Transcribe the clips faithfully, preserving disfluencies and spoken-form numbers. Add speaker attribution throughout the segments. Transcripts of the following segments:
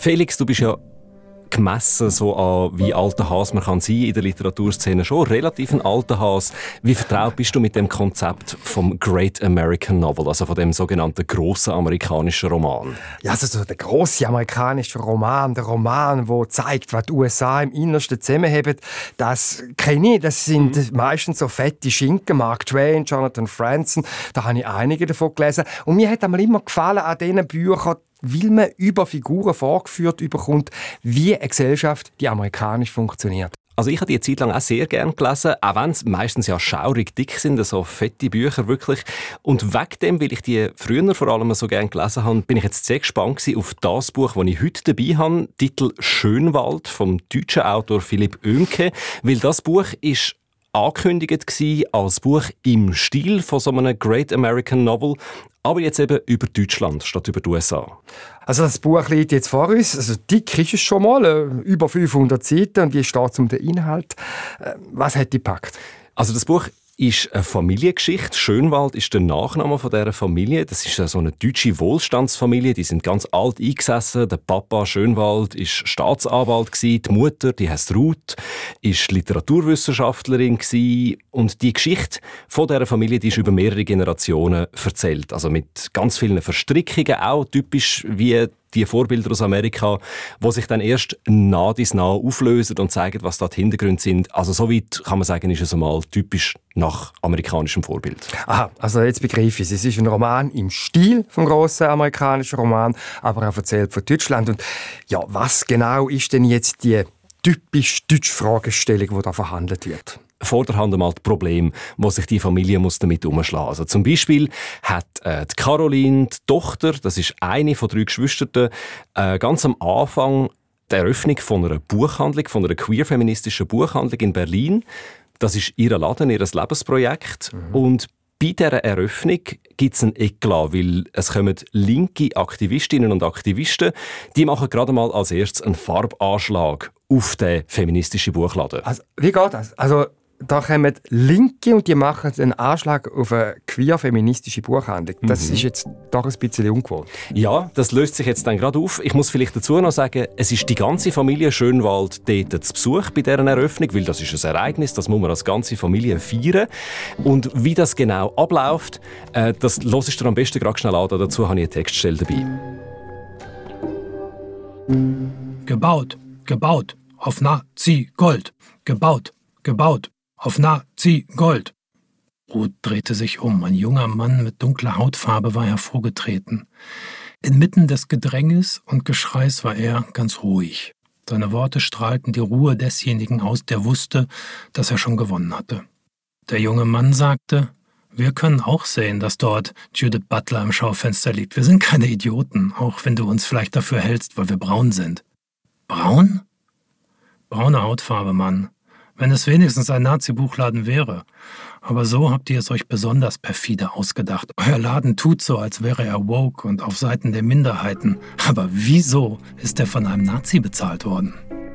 Speaker 1: Felix, du bist ja gemessen so an, wie alter Has man kann sein in der Literaturszene, schon relativ ein alter Has. Wie vertraut bist du mit dem Konzept vom Great American Novel, also von dem sogenannten grossen amerikanischen Roman?
Speaker 2: Ja, also der grosse amerikanische Roman, der Roman, der zeigt, was die U S A im Innersten zusammenheben, das kenne ich. Das sind mhm. meistens so fette Schinken, Mark Twain, Jonathan Franzen, da habe ich einige davon gelesen. Und mir hat einmal immer gefallen an diesen Büchern, weil man über Figuren vorgeführt bekommt, wie eine Gesellschaft, die amerikanisch funktioniert.
Speaker 1: Also ich habe die Zeit lang auch sehr gerne gelesen, auch wenn es meistens ja schaurig dick sind, so fette Bücher wirklich. Und wegen dem, weil ich die früher vor allem so gerne gelesen habe, bin ich jetzt sehr gespannt auf das Buch, das ich heute dabei habe, Titel «Schönwald» vom deutschen Autor Philipp Oehmke, weil das Buch ist angekündigt war als Buch im Stil von so einem Great American Novel, aber jetzt eben über Deutschland statt über die U S A.
Speaker 2: Also das Buch liegt jetzt vor uns. Also dick ist es schon mal, äh, über fünfhundert Seiten. Und wie steht es um den Inhalt? Äh, was hat die gepackt?
Speaker 1: Also das Buch ist eine Familiengeschichte. Schönwald ist der Nachname von dieser Familie. Das ist so eine deutsche Wohlstandsfamilie. Die sind ganz alt eingesessen. Der Papa Schönwald ist Staatsanwalt gewesen. Die Mutter, die heisst Ruth, ist Literaturwissenschaftlerin gewesen. Und die Geschichte von dieser Familie, die ist über mehrere Generationen erzählt. Also mit ganz vielen Verstrickungen, auch typisch wie die Vorbilder aus Amerika, die sich dann erst nah dies nah auflösen und zeigen, was da die Hintergründe sind. Also soweit kann man sagen, ist es einmal typisch nach amerikanischem Vorbild.
Speaker 2: Aha, also jetzt begreife ich es. Es ist ein Roman im Stil vom grossen amerikanischen Roman, aber auch erzählt von Deutschland. Und ja, was genau ist denn jetzt die typisch deutsche Fragestellung, die da verhandelt wird?
Speaker 1: Vorderhand einmal das Problem, wo sich die Familie muss damit umschlagen. Also zum Beispiel hat äh, die Caroline, die Tochter, das ist eine von drei Geschwistern, äh, ganz am Anfang die Eröffnung von einer Buchhandlung, von einer queer-feministischen Buchhandlung in Berlin. Das ist ihr Laden, ihr Lebensprojekt. Mhm. Und bei dieser Eröffnung gibt es einen Eklat, weil es kommen linke Aktivistinnen und Aktivisten, die machen gerade mal als erstes einen Farbanschlag auf den feministischen Buchladen.
Speaker 2: Also, wie geht das? Also da kommen Linke und die machen einen Anschlag auf eine queer-feministische Buchhandlung. Das mhm. ist jetzt doch ein bisschen ungewohnt.
Speaker 1: Ja, das löst sich jetzt dann gerade auf. Ich muss vielleicht dazu noch sagen, es ist die ganze Familie Schönwald dort zu Besuch bei dieser Eröffnung, weil das ist ein Ereignis, das muss man als ganze Familie feiern. Und wie das genau abläuft, äh, das hörst du am besten gerade schnell an. Dazu habe ich eine Textstelle dabei.
Speaker 3: Gebaut, gebaut, auf Nazi-Gold. Gebaut, gebaut. Auf Nazi-Gold. Ruth drehte sich um. Ein junger Mann mit dunkler Hautfarbe war hervorgetreten. Inmitten des Gedränges und Geschreis war er ganz ruhig. Seine Worte strahlten die Ruhe desjenigen aus, der wusste, dass er schon gewonnen hatte. Der junge Mann sagte: Wir können auch sehen, dass dort Judith Butler im Schaufenster liegt. Wir sind keine Idioten, auch wenn du uns vielleicht dafür hältst, weil wir braun sind. Braun? Braune Hautfarbe, Mann. Wenn es wenigstens ein Nazi-Buchladen wäre. Aber so habt ihr es euch besonders perfide ausgedacht. Euer Laden tut so, als wäre er woke und auf Seiten der Minderheiten. Aber wieso ist er von einem Nazi bezahlt worden?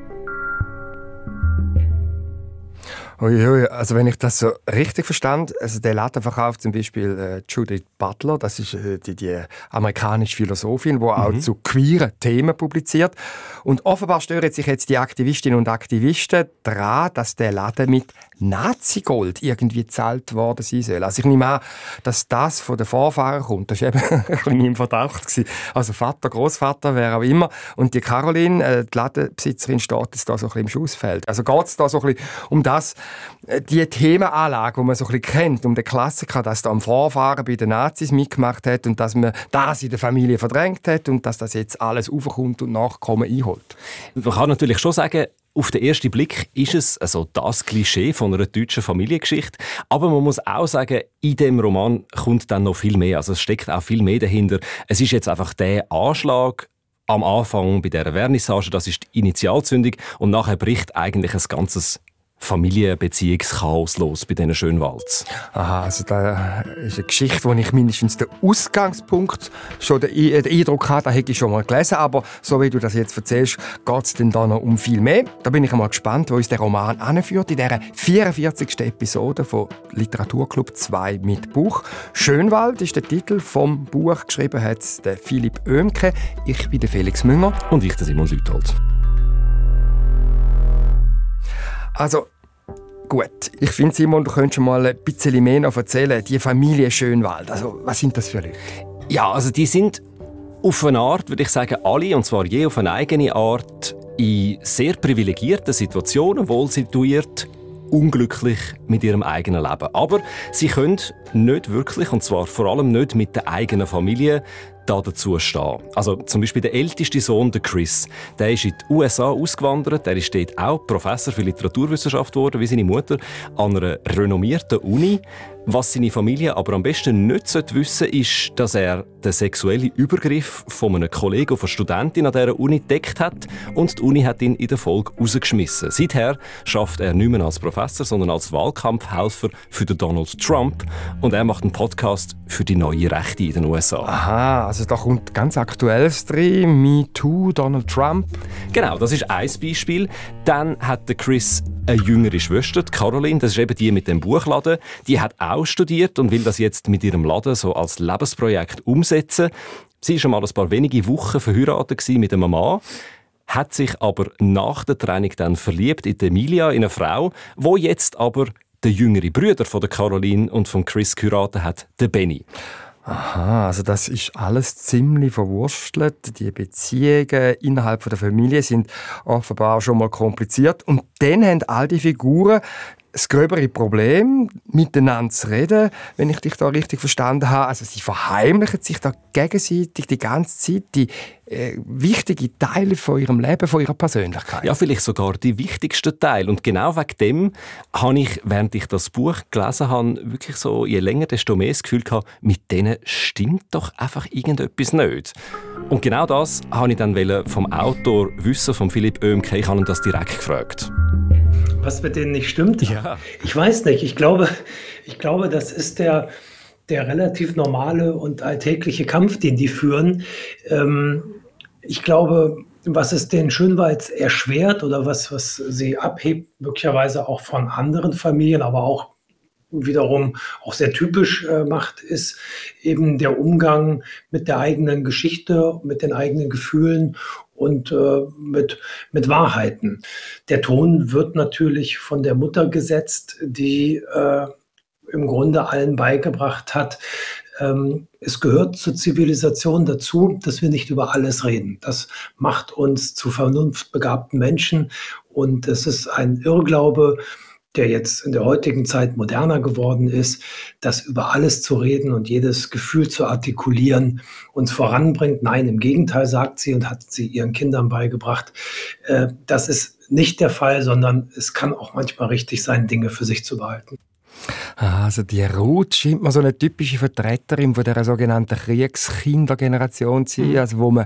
Speaker 2: Uiui, also wenn ich das so richtig verstand, also der Laden verkauft zum Beispiel äh, Judith Butler, das ist äh, die, die amerikanische Philosophin, die mhm. auch zu queeren Themen publiziert. Und offenbar stören sich jetzt die Aktivistinnen und Aktivisten daran, dass der Laden mit Nazi-Gold irgendwie gezahlt worden sein soll. Also ich nehme an, dass das von den Vorfahren kommt. Das war eben ein bisschen mein Verdacht. Also Vater, Großvater, wer auch immer. Und die Caroline, äh, die Ladenbesitzerin, steht jetzt da so ein bisschen im Schussfeld. Also geht es da so ein bisschen um das, die Themenanlage, die man so ein bisschen kennt, um den Klassiker, dass da am Vorfahren bei den Nazis mitgemacht hat und dass man das in der Familie verdrängt hat und dass das jetzt alles aufkommt und Nachkommen einholt.
Speaker 1: Man kann natürlich schon sagen, auf den ersten Blick ist es also das Klischee von einer deutschen Familiengeschichte. Aber man muss auch sagen, in dem Roman kommt dann noch viel mehr. Also es steckt auch viel mehr dahinter. Es ist jetzt einfach der Anschlag am Anfang bei dieser Vernissage, das ist die Initialzündung. Und nachher bricht eigentlich ein ganzes Familienbeziehungschaos los bei diesen Schönwalds?
Speaker 2: Aha, also da ist eine Geschichte, wo ich mindestens den Ausgangspunkt schon den, den Eindruck hatte, da hätte ich schon mal gelesen, aber so wie du das jetzt erzählst, geht es dann da noch um viel mehr. Da bin ich einmal gespannt, wo uns der Roman anführt in dieser vierundvierzigsten Episode von Literaturclub zwei mit Buch. «Schönwald» ist der Titel vom Buch, geschrieben hat es der Philipp Oehmke. Ich bin der Felix Münger.
Speaker 1: Und ich, der Simon Lüthold.
Speaker 2: Also, gut. Ich finde, Simon, du könntest schon mal ein bisschen mehr noch erzählen. Die Familie Schönwald, also, was sind das für Leute?
Speaker 1: Ja, also die sind auf eine Art, würde ich sagen, alle, und zwar je auf eine eigene Art, in sehr privilegierten Situationen, wohl situiert, unglücklich mit ihrem eigenen Leben. Aber sie können nicht wirklich, und zwar vor allem nicht mit der eigenen Familie, da dazu stehen. Also zum Beispiel der älteste Sohn, der Chris, der ist in die U S A ausgewandert. Der ist dort auch Professor für Literaturwissenschaft geworden, wie seine Mutter, an einer renommierten Uni. Was seine Familie aber am besten nicht wissen sollte, ist, dass er den sexuellen Übergriff von einem Kollegen, von einer Studentin an dieser Uni entdeckt hat, und die Uni hat ihn in der Folge rausgeschmissen. Seither arbeitet er nicht mehr als Professor, sondern als Wahlkampfhelfer für den Donald Trump, und er macht einen Podcast für die neue Rechte in den U S A.
Speaker 2: Aha, also da kommt ganz Aktuelles drin, Me Too, Donald Trump.
Speaker 1: Genau, das ist ein Beispiel. Dann hat der Chris eine jüngere Schwester, Caroline, das ist eben die mit dem Buchladen. Die hat auch studiert und will das jetzt mit ihrem Laden so als Lebensprojekt umsetzen. Sie war schon mal ein paar wenige Wochen verheiratet mit einem Mann, hat sich aber nach der Trennung dann verliebt in Emilia, in eine Frau, wo jetzt aber der jüngere Bruder von der Caroline und von Chris geheiratet hat, der Benny.
Speaker 2: Aha, also das ist alles ziemlich verwurstelt. Die Beziehungen innerhalb der Familie sind offenbar schon mal kompliziert. Und dann haben all die Figuren das gröbere Problem, miteinander zu reden, wenn ich dich da richtig verstanden habe. Also sie verheimlichen sich da gegenseitig die ganze Zeit die äh, wichtigen Teile von ihrem Leben, von ihrer Persönlichkeit.
Speaker 1: Ja, vielleicht sogar die wichtigsten Teile. Und genau wegen dem habe ich, während ich das Buch gelesen habe, wirklich so je länger, desto mehr das Gefühl gehabt, mit denen stimmt doch einfach irgendetwas nicht. Und genau das wollte ich dann vom Autor wissen, von Philipp Oehmke. Ich habe ihn das direkt gefragt.
Speaker 3: Was mit denen nicht stimmt?
Speaker 1: Ja.
Speaker 3: Ich weiß nicht. Ich glaube, ich glaube, das ist der, der relativ normale und alltägliche Kampf, den die führen. Ähm, ich glaube, was es den Schönwalds erschwert oder was, was sie abhebt, möglicherweise auch von anderen Familien, aber auch wiederum auch sehr typisch äh, macht, ist eben der Umgang mit der eigenen Geschichte, mit den eigenen Gefühlen und äh, mit, mit Wahrheiten. Der Ton wird natürlich von der Mutter gesetzt, die äh, im Grunde allen beigebracht hat, ähm, es gehört zur Zivilisation dazu, dass wir nicht über alles reden. Das macht uns zu vernunftbegabten Menschen, und es ist ein Irrglaube, der jetzt in der heutigen Zeit moderner geworden ist, dass über alles zu reden und jedes Gefühl zu artikulieren uns voranbringt. Nein, im Gegenteil, sagt sie und hat sie ihren Kindern beigebracht. Äh, das ist nicht der Fall, sondern es kann auch manchmal richtig sein, Dinge für sich zu behalten.
Speaker 2: Also die Ruth scheint mir so eine typische Vertreterin von dieser sogenannten Kriegskindergeneration zu sein, also wo man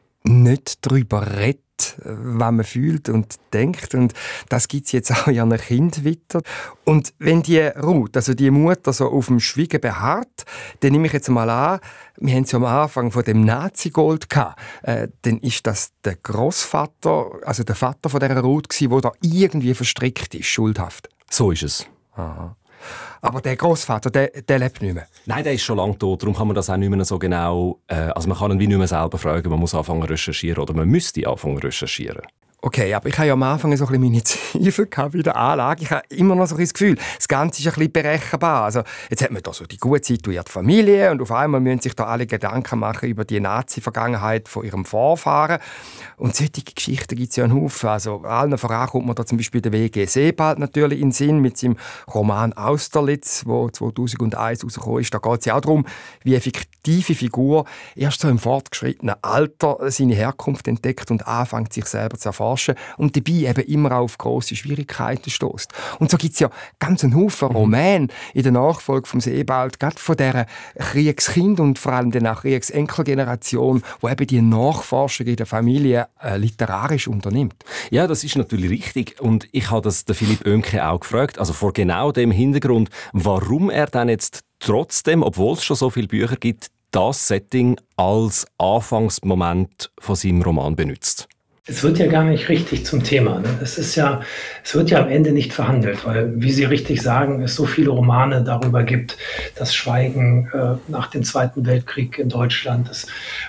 Speaker 2: nicht darüber redet, was man fühlt und denkt. Und das gibt es jetzt auch ihren Kind weiter. Und wenn die Ruth, also die Mutter, so auf dem Schweigen beharrt, dann nehme ich jetzt mal an, wir haben es am Anfang von dem Nazi-Gold gehabt, äh, dann ist das der Großvater, also der Vater von dieser Ruth gewesen, der da irgendwie verstrickt ist, schuldhaft.
Speaker 1: So ist es.
Speaker 2: Aha. Aber der Großvater, der, der lebt nicht mehr.
Speaker 1: Nein, der ist schon lange tot. Darum kann man das auch nicht mehr so genau... Äh, also man kann ihn wie nicht mehr selber fragen. Man muss anfangen zu recherchieren. Oder man müsste anfangen zu recherchieren.
Speaker 2: Okay, aber ich hatte ja am Anfang so ein bisschen meine Zweifel bei der Anlage. Ich habe immer noch so ein das Gefühl, das Ganze ist ein bisschen berechenbar. Also, jetzt hat man da so die gut situierte Familie und auf einmal müssen sich da alle Gedanken machen über die Nazi-Vergangenheit von ihrem Vorfahren. Und solche Geschichten gibt es ja einen Haufen. Also, allen voran kommt man da zum Beispiel der W G Sebald natürlich in den Sinn mit seinem Roman «Austerlitz», der zweitausendeins rausgekommen ist. Da geht es ja auch darum, wie fiktiv fiktive Figur erst so im fortgeschrittenen Alter seine Herkunft entdeckt und anfängt, sich selber zu erforschen und dabei eben immer auch auf grosse Schwierigkeiten stößt. Und so gibt es ja ganz einen Haufen Romane in der Nachfolge vom Sebald, gerade von dieser Kriegskind- und vor allem dann auch Kriegsenkelgeneration, wo eben die Nachforschung in der Familie äh, literarisch unternimmt.
Speaker 1: Ja, das ist natürlich richtig. Und ich habe das den Philipp Oemke auch gefragt, also vor genau dem Hintergrund, warum er dann jetzt trotzdem, obwohl es schon so viele Bücher gibt, das Setting als Anfangsmoment von seinem Roman benutzt.
Speaker 3: Es wird ja gar nicht richtig zum Thema. Ne? Es ist ja, es wird ja am Ende nicht verhandelt, weil, wie Sie richtig sagen, es so viele Romane darüber gibt, das Schweigen äh, nach dem Zweiten Weltkrieg in Deutschland. Es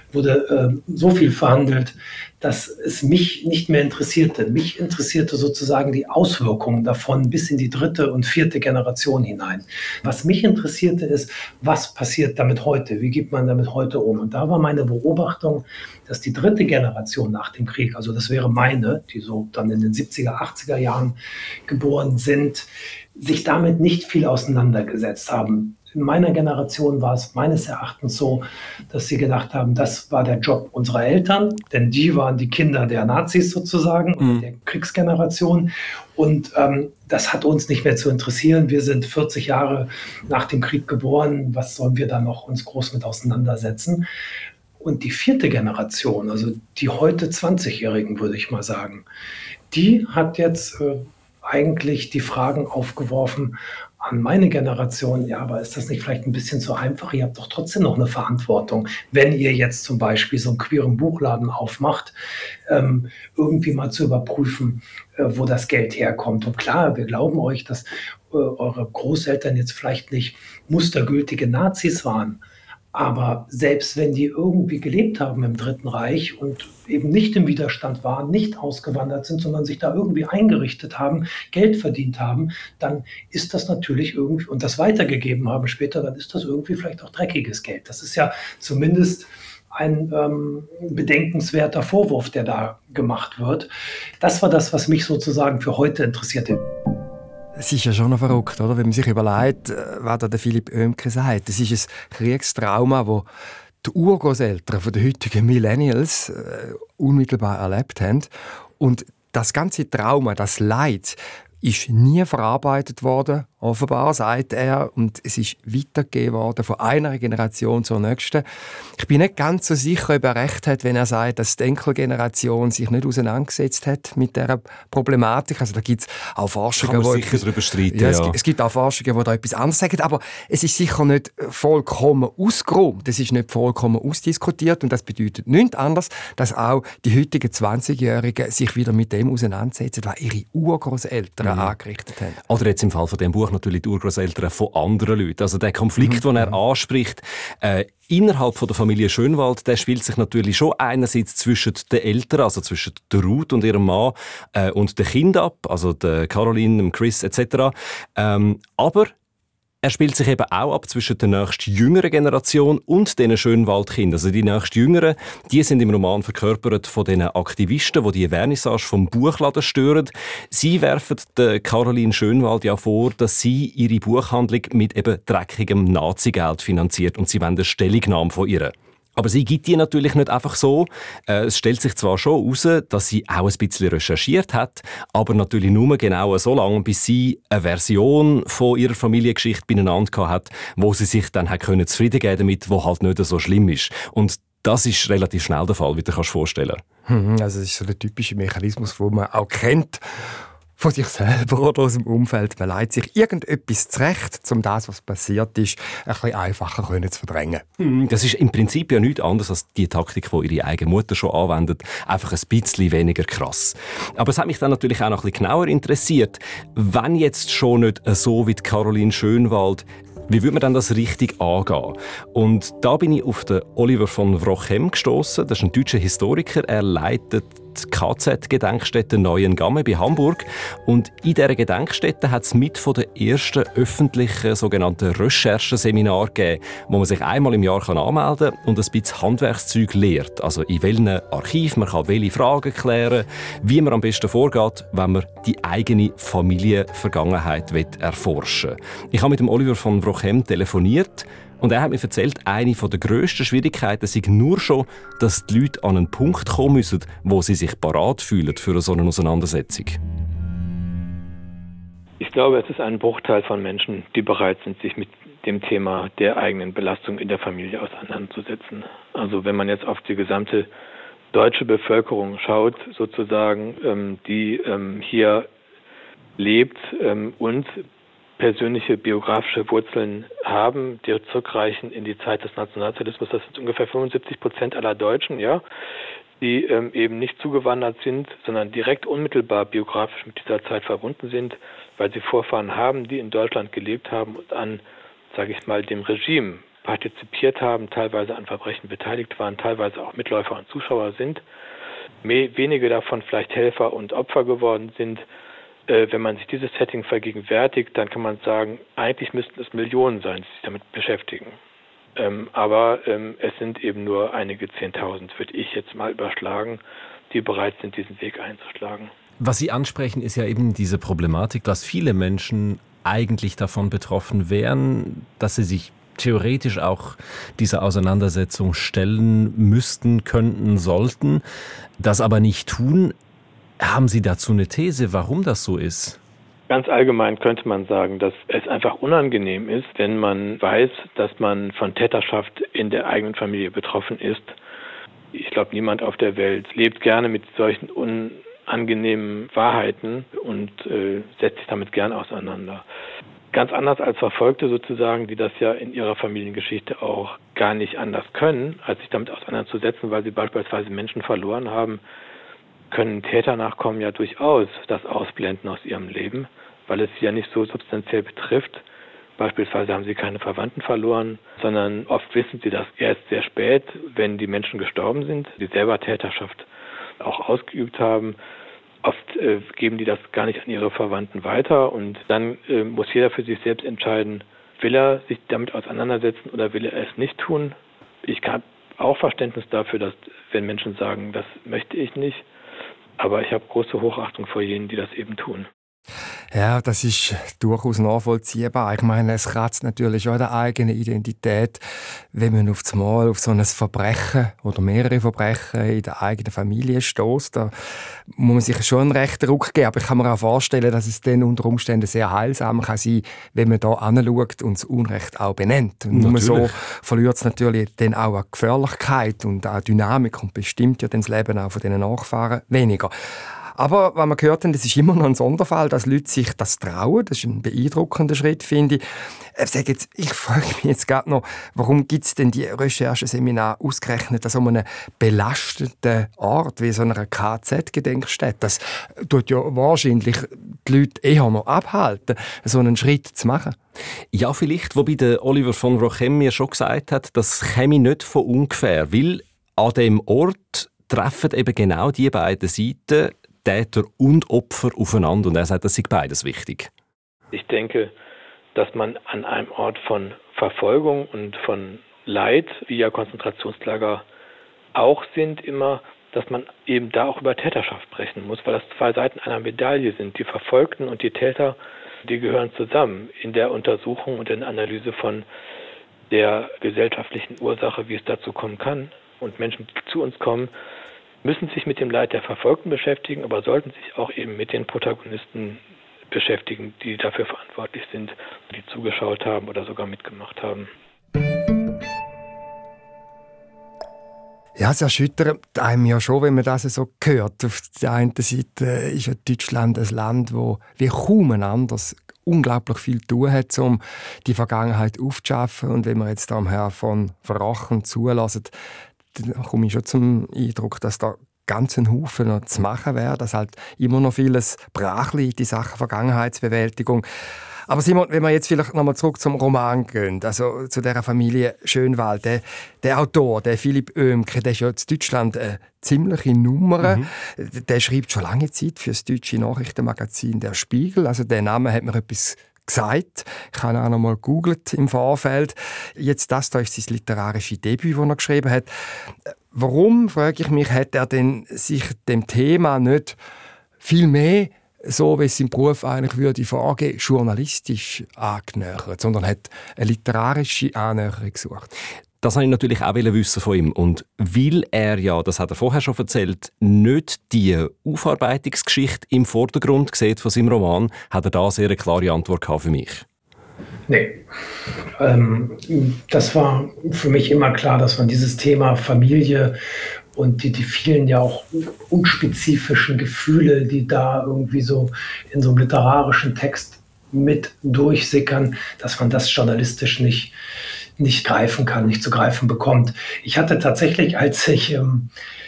Speaker 3: wurde äh, so viel verhandelt, dass es mich nicht mehr interessierte. Mich interessierte sozusagen die Auswirkungen davon bis in die dritte und vierte Generation hinein. Was mich interessierte ist, was passiert damit heute? Wie geht man damit heute um? Und da war meine Beobachtung, dass die dritte Generation nach dem Krieg, also das wäre meine, die so dann in den siebziger, achtziger Jahren geboren sind, sich damit nicht viel auseinandergesetzt haben. In meiner Generation war es meines Erachtens so, dass sie gedacht haben, das war der Job unserer Eltern, denn die waren die Kinder der Nazis sozusagen, mhm. der Kriegsgeneration. Und ähm, das hat uns nicht mehr zu interessieren. Wir sind vierzig Jahre nach dem Krieg geboren. Was sollen wir da noch uns groß mit auseinandersetzen? Und die vierte Generation, also die heute zwanzigjährigen, würde ich mal sagen, die hat jetzt äh, eigentlich die Fragen aufgeworfen an meine Generation, ja, aber ist das nicht vielleicht ein bisschen zu einfach? Ihr habt doch trotzdem noch eine Verantwortung, wenn ihr jetzt zum Beispiel so einen queeren Buchladen aufmacht, ähm, irgendwie mal zu überprüfen, äh, wo das Geld herkommt. Und klar, wir glauben euch, dass äh, eure Großeltern jetzt vielleicht nicht mustergültige Nazis waren, aber selbst wenn die irgendwie gelebt haben im Dritten Reich und eben nicht im Widerstand waren, nicht ausgewandert sind, sondern sich da irgendwie eingerichtet haben, Geld verdient haben, dann ist das natürlich irgendwie, und das weitergegeben haben später, dann ist das irgendwie vielleicht auch dreckiges Geld. Das ist ja zumindest ein ähm, bedenkenswerter Vorwurf, der da gemacht wird. Das war das, was mich sozusagen für heute interessierte.
Speaker 2: Es ist ja schon noch verrückt, oder? Wenn man sich überlegt, was da der Philipp Oemke sagt. Das ist ein Kriegstrauma, das die Urgroßeltern der heutigen Millennials äh, unmittelbar erlebt haben. Und das ganze Trauma, das Leid, ist nie verarbeitet worden, offenbar, sagt er. Und es ist weitergegeben worden von einer Generation zur nächsten. Ich bin nicht ganz so sicher, ob er recht hat, wenn er sagt, dass die Enkelgeneration sich nicht auseinandergesetzt hat mit dieser Problematik. Also da gibt es auch Forschungen,
Speaker 1: Kann man
Speaker 2: wo
Speaker 1: sicher darüber streiten,
Speaker 2: ja,
Speaker 1: ja.
Speaker 2: es, es gibt auch Forschungen, die da etwas anderes sagen. Aber es ist sicher nicht vollkommen ausgeräumt. Es ist nicht vollkommen ausdiskutiert. Und das bedeutet nichts anderes, dass auch die heutigen zwanzigjährigen sich wieder mit dem auseinandersetzen, was ihre Urgroßeltern angerichtet haben.
Speaker 1: Oder jetzt im Fall von dem Buch natürlich die Urgroßeltern von anderen Leuten. Also der Konflikt, mhm. den er anspricht, äh, innerhalb von der Familie Schönwald, der spielt sich natürlich schon einerseits zwischen den Eltern, also zwischen der Ruth und ihrem Mann äh, und den Kindern ab, also der Caroline, dem Chris et cetera. Ähm, aber er spielt sich eben auch ab zwischen der nächsten jüngeren Generation und den Schönwaldkindern. Also die nächsten Jüngeren, die sind im Roman verkörpert von den Aktivisten, die die Vernissage vom Buchladen stören. Sie werfen der Caroline Schönwald ja vor, dass sie ihre Buchhandlung mit eben dreckigem Nazi-Geld finanziert und sie wollen eine Stellungnahme von ihr. Aber sie gibt die natürlich nicht einfach so. Es stellt sich zwar schon heraus, dass sie auch ein bisschen recherchiert hat, aber natürlich nur genau so lange, bis sie eine Version von ihrer Familiengeschichte beieinander hat, wo sie sich dann können zufrieden geben damit, wo halt nicht so schlimm ist. Und das ist relativ schnell der Fall, wie du dir vorstellen kannst.
Speaker 2: Also das ist so der typische Mechanismus, den man auch kennt von sich selber oder aus dem Umfeld. Man leitet sich irgendetwas zurecht, um das, was passiert ist, ein bisschen einfacher zu verdrängen.
Speaker 1: Das ist im Prinzip ja nichts anderes als die Taktik, die ihre eigene Mutter schon anwendet. Einfach ein bisschen weniger krass. Aber es hat mich dann natürlich auch noch ein bisschen genauer interessiert, wenn jetzt schon nicht so wie die Caroline Schönwald, wie würde man dann das richtig angehen? Und da bin ich auf den Oliver von Wrochem gestoßen. Das ist ein deutscher Historiker. Er leitet die K Z-Gedenkstätte Neuengamme bei Hamburg. Und in dieser Gedenkstätte hat es mit von den ersten öffentlichen sogenannten Rechercheseminaren gegeben, wo man sich einmal im Jahr anmelden kann und ein bisschen Handwerkszeug lehrt. Also in welchem Archiv man kann welche Fragen klären, wie man am besten vorgeht, wenn man die eigene Familienvergangenheit erforschen will. Ich habe mit dem Oliver von Wrochem telefoniert Und er hat mir erzählt, eine der grössten Schwierigkeiten sei nur schon, dass die Leute an einen Punkt kommen müssen, wo sie sich parat fühlen für eine so eine Auseinandersetzung.
Speaker 4: Ich glaube, es ist ein Bruchteil von Menschen, die bereit sind, sich mit dem Thema der eigenen Belastung in der Familie auseinanderzusetzen. Also wenn man jetzt auf die gesamte deutsche Bevölkerung schaut, sozusagen, die hier lebt und persönliche biografische Wurzeln haben, die zurückreichen in die Zeit des Nationalsozialismus, das sind ungefähr fünfundsiebzig Prozent aller Deutschen, ja, die ähm, eben nicht zugewandert sind, sondern direkt unmittelbar biografisch mit dieser Zeit verbunden sind, weil sie Vorfahren haben, die in Deutschland gelebt haben und an, sage ich mal, dem Regime partizipiert haben, teilweise an Verbrechen beteiligt waren, teilweise auch Mitläufer und Zuschauer sind. Mehr, wenige davon vielleicht Helfer und Opfer geworden sind. Äh, wenn man sich dieses Setting vergegenwärtigt, dann kann man sagen, eigentlich müssten es Millionen sein, die sich damit beschäftigen. Ähm, aber ähm, es sind eben nur einige Zehntausend, würde ich jetzt mal überschlagen, die bereit sind, diesen Weg einzuschlagen.
Speaker 1: Was Sie ansprechen, ist ja eben diese Problematik, dass viele Menschen eigentlich davon betroffen wären, dass sie sich theoretisch auch dieser Auseinandersetzung stellen müssten, könnten, sollten, das aber nicht tun. Haben Sie dazu eine These, warum das so ist?
Speaker 4: Ganz allgemein könnte man sagen, dass es einfach unangenehm ist, wenn man weiß, dass man von Täterschaft in der eigenen Familie betroffen ist. Ich glaube, niemand auf der Welt lebt gerne mit solchen unangenehmen Wahrheiten und äh, setzt sich damit gern auseinander. Ganz anders als Verfolgte sozusagen, die das ja in ihrer Familiengeschichte auch gar nicht anders können, als sich damit auseinanderzusetzen, weil sie beispielsweise Menschen verloren haben, können Täternachkommen ja durchaus das ausblenden aus ihrem Leben, weil es sie ja nicht so substanziell betrifft. Beispielsweise haben sie keine Verwandten verloren, sondern oft wissen sie das erst sehr spät, wenn die Menschen gestorben sind, die selber Täterschaft auch ausgeübt haben. Oft äh, geben die das gar nicht an ihre Verwandten weiter und dann äh, muss jeder für sich selbst entscheiden, will er sich damit auseinandersetzen oder will er es nicht tun. Ich habe auch Verständnis dafür, dass wenn Menschen sagen, das möchte ich nicht, aber ich habe große Hochachtung vor jenen, die das eben tun.
Speaker 2: Ja, das ist durchaus nachvollziehbar. Ich meine, es kratzt natürlich auch der eigenen Identität, wenn man auf das Mal auf so ein Verbrechen oder mehrere Verbrechen in der eigenen Familie stößt. Da muss man sich schon einen rechten Ruck geben. Aber ich kann mir auch vorstellen, dass es dann unter Umständen sehr heilsam kann sein, wenn man da hinschaut und das Unrecht auch benennt. Und nur so verliert es natürlich dann auch an Gefährlichkeit und an Dynamik und bestimmt ja dann das Leben auch von diesen Nachfahren weniger. Aber was wir gehört haben, das ist immer noch ein Sonderfall, dass Leute sich das trauen. Das ist ein beeindruckender Schritt, finde ich. Ich, jetzt, ich frage mich jetzt gerade noch, warum gibt es denn die Rechercheseminar ausgerechnet an so einer belasteten Ort wie so einer K Z-Gedenkstätte? Das tut ja wahrscheinlich die Leute eher noch abhalten, so einen Schritt zu machen.
Speaker 1: Ja, vielleicht, wobei der Oliver von Rochem mir schon gesagt hat, das käme nicht von ungefähr, weil an dem Ort treffen eben genau die beiden Seiten, Täter und Opfer, aufeinander. Und er sagt, das sei beides wichtig.
Speaker 4: Ich denke, dass man an einem Ort von Verfolgung und von Leid, wie ja Konzentrationslager auch sind immer, dass man eben da auch über Täterschaft sprechen muss, weil das zwei Seiten einer Medaille sind. Die Verfolgten und die Täter, die gehören zusammen in der Untersuchung und in der Analyse von der gesellschaftlichen Ursache, wie es dazu kommen kann. Und Menschen, die zu uns kommen, müssen sich mit dem Leid der Verfolgten beschäftigen, aber sollten sich auch eben mit den Protagonisten beschäftigen, die dafür verantwortlich sind, die zugeschaut haben oder sogar mitgemacht haben.
Speaker 2: Ja, es erschüttert einem ja schon, wenn man das so hört. Auf der einen Seite ist ja Deutschland ein Land, wo wie kaum ein anderes unglaublich viel zu tun hat, um die Vergangenheit aufzuschaffen. Und wenn man jetzt am Herrn von Verachen zulassen, dann komme ich schon zum Eindruck, dass da ganz ein Haufen noch zu machen wäre, dass halt immer noch vieles brach liegt, die Sache Vergangenheitsbewältigung. Aber Simon, wenn wir jetzt vielleicht nochmal zurück zum Roman gehen, also zu dieser Familie Schönwald, der, der Autor, der Philipp Oehmke, der ist ja in Deutschland eine ziemliche Nummer. Mhm. Der schreibt schon lange Zeit für das deutsche Nachrichtenmagazin «Der Spiegel». Also der Name hat mir etwas gesagt. Ich habe auch noch mal gegoogelt im Vorfeld. Jetzt das da ist sein literarisches Debüt, das er geschrieben hat. Warum, frage ich mich, hat er denn sich dem Thema nicht viel mehr so wie es im Beruf eigentlich würde vorgehen, journalistisch angenähert, sondern hat eine literarische Annäherung gesucht.
Speaker 1: Das wollte ich natürlich auch wissen von ihm. Und weil er ja, das hat er vorher schon erzählt, nicht die Aufarbeitungsgeschichte im Vordergrund sieht von seinem Roman, hat er da sehr eine klare Antwort gehabt für mich.
Speaker 3: Nee. Ähm, das war für mich immer klar, dass man dieses Thema Familie und die, die vielen ja auch unspezifischen Gefühle, die da irgendwie so in so einem literarischen Text mit durchsickern, dass man das journalistisch nicht nicht greifen kann, nicht zu greifen bekommt. Ich hatte tatsächlich, als ich ähm,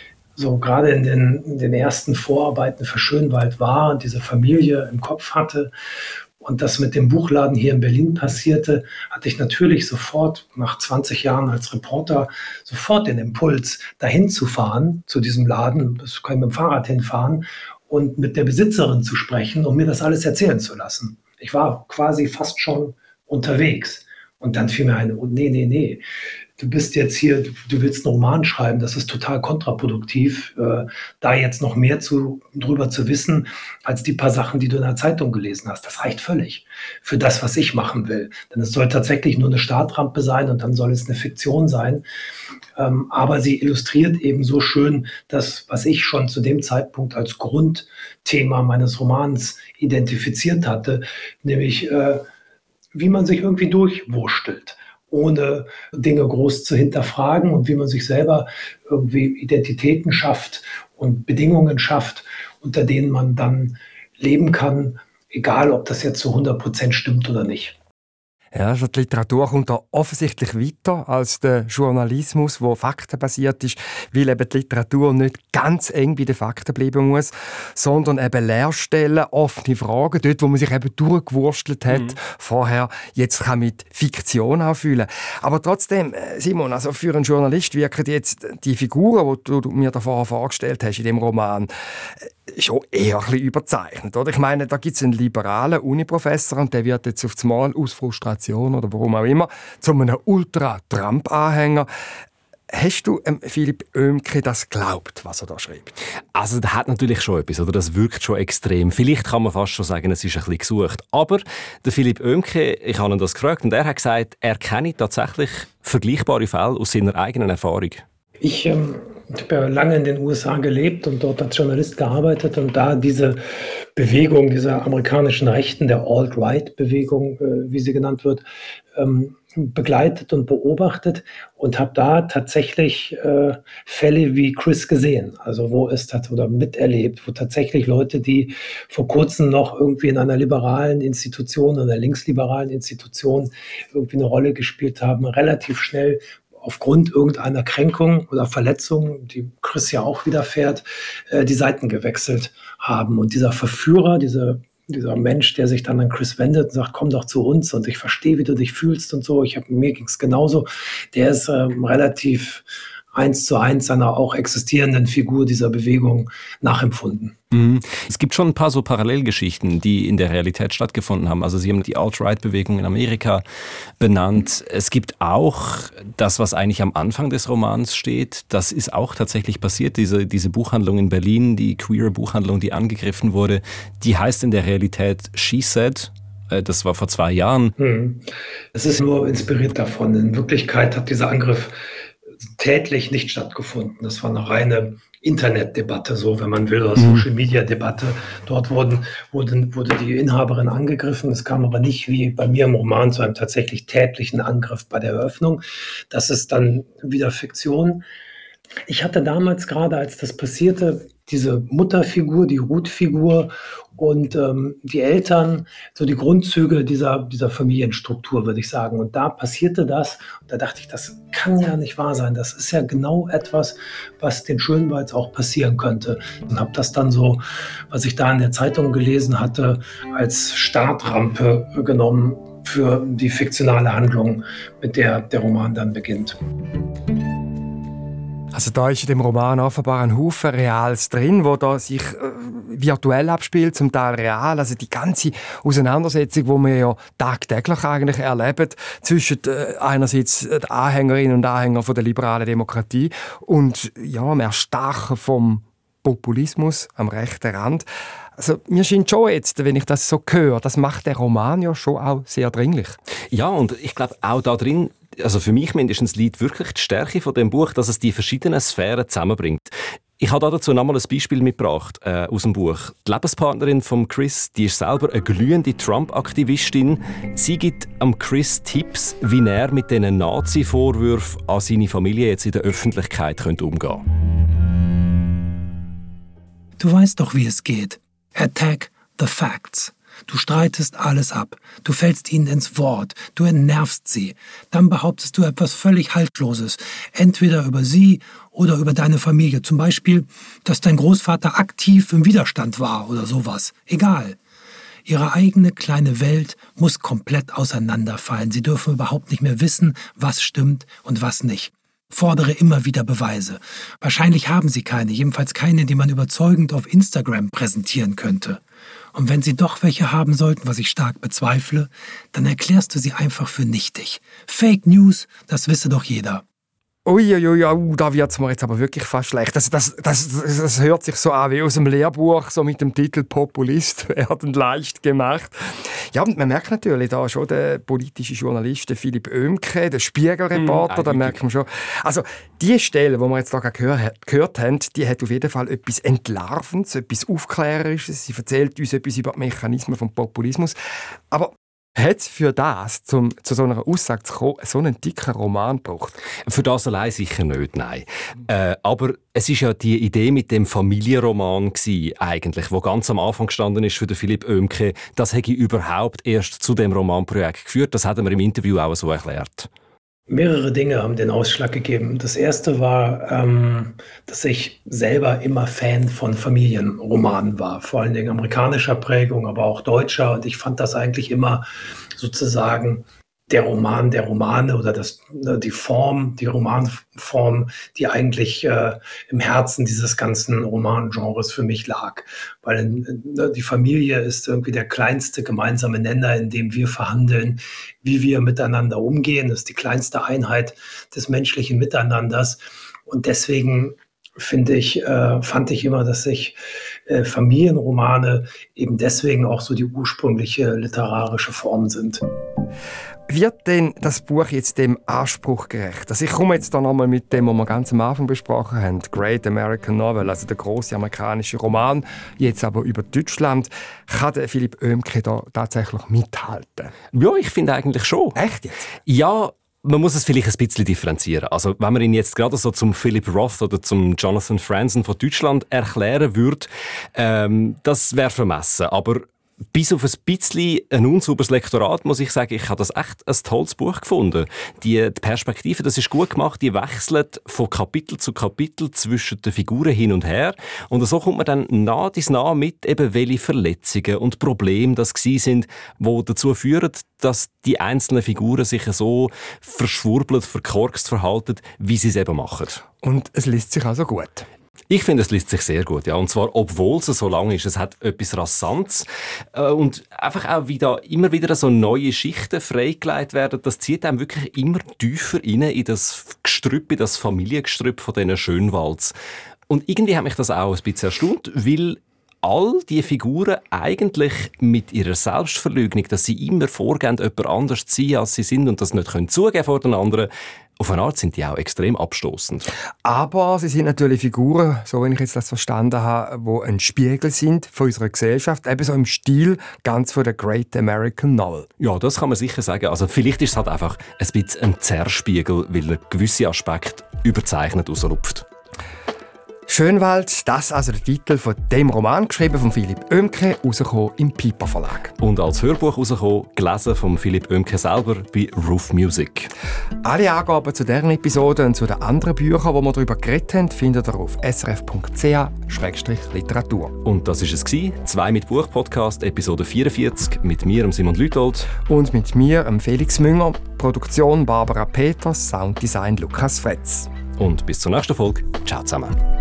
Speaker 3: so gerade in den, in den ersten Vorarbeiten für Schönwald war und diese Familie im Kopf hatte und das mit dem Buchladen hier in Berlin passierte, hatte ich natürlich sofort nach zwanzig Jahren als Reporter sofort den Impuls, dahin zu fahren, zu diesem Laden, das kann ich mit dem Fahrrad hinfahren und mit der Besitzerin zu sprechen, um mir das alles erzählen zu lassen. Ich war quasi fast schon unterwegs. Und dann fiel mir ein, oh, nee, nee, nee, du bist jetzt hier, du, du willst einen Roman schreiben, das ist total kontraproduktiv, äh, da jetzt noch mehr zu, drüber zu wissen, als die paar Sachen, die du in der Zeitung gelesen hast. Das reicht völlig für das, was ich machen will. Denn es soll tatsächlich nur eine Startrampe sein und dann soll es eine Fiktion sein. Ähm, aber sie illustriert eben so schön das, was ich schon zu dem Zeitpunkt als Grundthema meines Romans identifiziert hatte, nämlich äh, wie man sich irgendwie durchwurstelt, ohne Dinge groß zu hinterfragen und wie man sich selber irgendwie Identitäten schafft und Bedingungen schafft, unter denen man dann leben kann, egal ob das jetzt zu hundert Prozent stimmt oder nicht.
Speaker 2: Ja, also die Literatur kommt da offensichtlich weiter als der Journalismus, der faktenbasiert ist, weil eben die Literatur nicht ganz eng bei den Fakten bleiben muss, sondern eben Leerstellen, offene Fragen, dort, wo man sich eben durchgewurstelt hat, mhm. vorher, jetzt kann mit Fiktion auffüllen. Aber trotzdem, Simon, also für einen Journalist wirken jetzt die Figuren, die du mir da vorher vorgestellt hast in dem Roman, schon eher ein bisschen überzeichnet, oder? Ich meine, da gibt es einen liberalen Uniprofessor und der wird jetzt auf das Mal aus Frustration oder warum auch immer zu einem Ultra-Trump-Anhänger. Hast du ähm, Philipp Oehmke das geglaubt, was er da schreibt?
Speaker 1: Also das hat natürlich schon etwas, oder? Das wirkt schon extrem. Vielleicht kann man fast schon sagen, es ist ein bisschen gesucht. Aber der Philipp Oehmke, ich habe ihn das gefragt und er hat gesagt, er kenne tatsächlich vergleichbare Fälle aus seiner eigenen Erfahrung.
Speaker 3: Ich ähm Ich habe ja lange in den U S A gelebt und dort als Journalist gearbeitet und da diese Bewegung dieser amerikanischen Rechten, der Alt-Right-Bewegung, äh, wie sie genannt wird, ähm, begleitet und beobachtet und habe da tatsächlich äh, Fälle wie Chris gesehen, also wo es hat oder miterlebt, wo tatsächlich Leute, die vor kurzem noch irgendwie in einer liberalen Institution, einer linksliberalen Institution irgendwie eine Rolle gespielt haben, relativ schnell aufgrund irgendeiner Kränkung oder Verletzung, die Chris ja auch widerfährt, äh, die Seiten gewechselt haben. Und dieser Verführer, dieser, dieser Mensch, der sich dann an Chris wendet und sagt, komm doch zu uns und ich verstehe, wie du dich fühlst und so, ich hab, mir ging es genauso, der ist ähm, relativ eins zu eins einer auch existierenden Figur dieser Bewegung nachempfunden.
Speaker 1: Mhm. Es gibt schon ein paar so Parallelgeschichten, die in der Realität stattgefunden haben. Also Sie haben die Alt-Right-Bewegung in Amerika benannt. Es gibt auch das, was eigentlich am Anfang des Romans steht. Das ist auch tatsächlich passiert. Diese, diese Buchhandlung in Berlin, die queere Buchhandlung, die angegriffen wurde, die heißt in der Realität She Said. Das war vor zwei Jahren.
Speaker 3: Es ist nur inspiriert davon. In Wirklichkeit hat dieser Angriff tätlich nicht stattgefunden. Das war eine reine Internetdebatte, so wenn man will, oder Social-Media-Debatte. Dort wurden, wurden, wurde die Inhaberin angegriffen. Es kam aber nicht wie bei mir im Roman zu einem tatsächlich tätlichen Angriff bei der Eröffnung. Das ist dann wieder Fiktion. Ich hatte damals gerade, als das passierte, diese Mutterfigur, die Ruth-Figur und ähm, die Eltern, so die Grundzüge dieser, dieser Familienstruktur, würde ich sagen. Und da passierte das. Und da dachte ich, das kann ja nicht wahr sein. Das ist ja genau etwas, was den Schönwalds auch passieren könnte. Und habe das dann so, was ich da in der Zeitung gelesen hatte, als Startrampe genommen für die fiktionale Handlung, mit der der Roman dann beginnt.
Speaker 2: Also da ist in dem Roman offenbar ein Haufen Reales drin, wo da sich äh, virtuell abspielt, zum Teil real. Also die ganze Auseinandersetzung, die wir ja tagtäglich eigentlich erleben, zwischen äh, einerseits den Anhängerinnen und Anhängern von der liberalen Demokratie und ja, dem Erstarken vom Populismus am rechten Rand. Also, mir scheint schon jetzt, wenn ich das so höre, das macht der Roman ja schon auch sehr dringlich.
Speaker 1: Ja, und ich glaube auch da drin, also für mich mindestens liegt wirklich die Stärke von dem Buch, dass es die verschiedenen Sphären zusammenbringt. Ich habe dazu noch mal ein Beispiel mitgebracht äh, aus dem Buch. Die Lebenspartnerin von Chris, die ist selber eine glühende Trump-Aktivistin. Sie gibt am Chris Tipps, wie er mit diesen Nazi-Vorwürfen an seine Familie jetzt in der Öffentlichkeit könnte umgehen.
Speaker 3: Du weißt doch, wie es geht. Attack the facts. Du streitest alles ab. Du fällst ihnen ins Wort. Du entnervst sie. Dann behauptest du etwas völlig Haltloses. Entweder über sie oder über deine Familie. Zum Beispiel, dass dein Großvater aktiv im Widerstand war oder sowas. Egal. Ihre eigene kleine Welt muss komplett auseinanderfallen. Sie dürfen überhaupt nicht mehr wissen, was stimmt und was nicht. Fordere immer wieder Beweise. Wahrscheinlich haben sie keine, jedenfalls keine, die man überzeugend auf Instagram präsentieren könnte. Und wenn sie doch welche haben sollten, was ich stark bezweifle, dann erklärst du sie einfach für nichtig. Fake News, das wisse doch jeder.
Speaker 2: Uiuiui, ui, da wird es mir jetzt aber wirklich fast schlecht. Das, das, das, das hört sich so an wie aus dem Lehrbuch, so mit dem Titel «Populist werden leicht gemacht». Ja, und man merkt natürlich da schon den politischen Journalisten Philipp Oemke, den Spiegelreporter, mm, da merkt man schon. Also die Stelle, die wir jetzt hier gehört, gehört haben, die hat auf jeden Fall etwas Entlarvendes, etwas Aufklärerisches. Sie erzählt uns etwas über die Mechanismen des Populismus. Aber hat es für das, zum, zu so einer Aussage zu kommen, so einen dicken Roman gebraucht?
Speaker 1: Für das allein sicher nicht, nein. Äh, aber es ist ja die Idee mit dem Familienroman gewesen, eigentlich, wo ganz am Anfang gestanden ist für den Philipp Oemke. Das hätte ich überhaupt erst zu dem Romanprojekt geführt. Das hat er mir im Interview auch so erklärt.
Speaker 3: Mehrere Dinge haben den Ausschlag gegeben. Das erste war, ähm, dass ich selber immer Fan von Familienromanen war. Vor allen Dingen amerikanischer Prägung, aber auch deutscher. Und ich fand das eigentlich immer sozusagen der Roman der Romane oder das, die Form, die Romanform, die eigentlich äh, im Herzen dieses ganzen Romangenres für mich lag. Weil äh, die Familie ist irgendwie der kleinste gemeinsame Nenner, in dem wir verhandeln, wie wir miteinander umgehen. Das ist die kleinste Einheit des menschlichen Miteinanders. Und deswegen finde ich, äh, fand ich immer, dass sich äh, Familienromane eben deswegen auch so die ursprüngliche literarische Form sind.
Speaker 2: Wird denn das Buch jetzt dem Anspruch gerecht? Also ich komme jetzt da nochmal mit dem, was wir ganz am Anfang besprochen haben, Great American Novel, also der große amerikanische Roman, jetzt aber über Deutschland. Kann der Philipp Oemke da tatsächlich mithalten?
Speaker 1: Ja, ich finde eigentlich schon.
Speaker 2: Echt jetzt?
Speaker 1: Ja, man muss es vielleicht ein bisschen differenzieren. Also, wenn man ihn jetzt gerade so zum Philip Roth oder zum Jonathan Franzen von Deutschland erklären würde, ähm, das wäre vermessen. Aber bis auf ein bisschen ein unsauberes Lektorat muss ich sagen, ich habe das echt ein tolles Buch gefunden. Die, die Perspektive, das ist gut gemacht, die wechselt von Kapitel zu Kapitel zwischen den Figuren hin und her. Und so kommt man dann nah bis nah mit, eben welche Verletzungen und Probleme das gsi sind, die dazu führen, dass die einzelnen Figuren sich so verschwurbelt, verkorkst verhalten, wie sie es eben machen.
Speaker 2: Und es liest sich also gut?
Speaker 1: Ich finde, es liest sich sehr gut, ja. Und zwar, obwohl es so lang ist. Es hat etwas Rassantes. Äh, und einfach auch, wie da immer wieder so neue Schichten freigelegt werden, das zieht einem wirklich immer tiefer rein in das Gestrüpp, in das Familiengestrüpp von diesen Schönwalds. Und irgendwie hat mich das auch ein bisschen erstaunt, weil all diese Figuren eigentlich mit ihrer Selbstverleugnung, dass sie immer vorgehen, jemand anders zu sein, als sie sind und das nicht können zugeben vor den anderen, auf eine Art sind die auch extrem abstoßend.
Speaker 2: Aber sie sind natürlich Figuren, so wie ich jetzt das verstanden habe, die ein Spiegel sind von unserer Gesellschaft, eben so im Stil ganz von der Great American Novel.
Speaker 1: Ja, das kann man sicher sagen. Also vielleicht ist es halt einfach ein bisschen ein Zerrspiegel, weil er gewisse Aspekte überzeichnet rauslupft.
Speaker 2: Schönwald, das also der Titel von dem Roman, geschrieben von Philipp Oemke, rausgekommen im Piper Verlag.
Speaker 1: Und als Hörbuch rausgekommen, gelesen von Philipp Oemke selber bei Roof Music.
Speaker 2: Alle Angaben zu deren Episoden und zu den anderen Büchern, die wir darüber geredet haben, findet ihr auf s r f punkt c h slash literatur.
Speaker 1: Und das war es gewesen. «Zwei mit Buch» Podcast, Episode vierundvierzig, mit mir, Simon Lütold.
Speaker 2: Und mit mir, Felix Münger. Produktion Barbara Peters, Sounddesign Lukas Fretz.
Speaker 1: Und bis zur nächsten Folge. Ciao zusammen.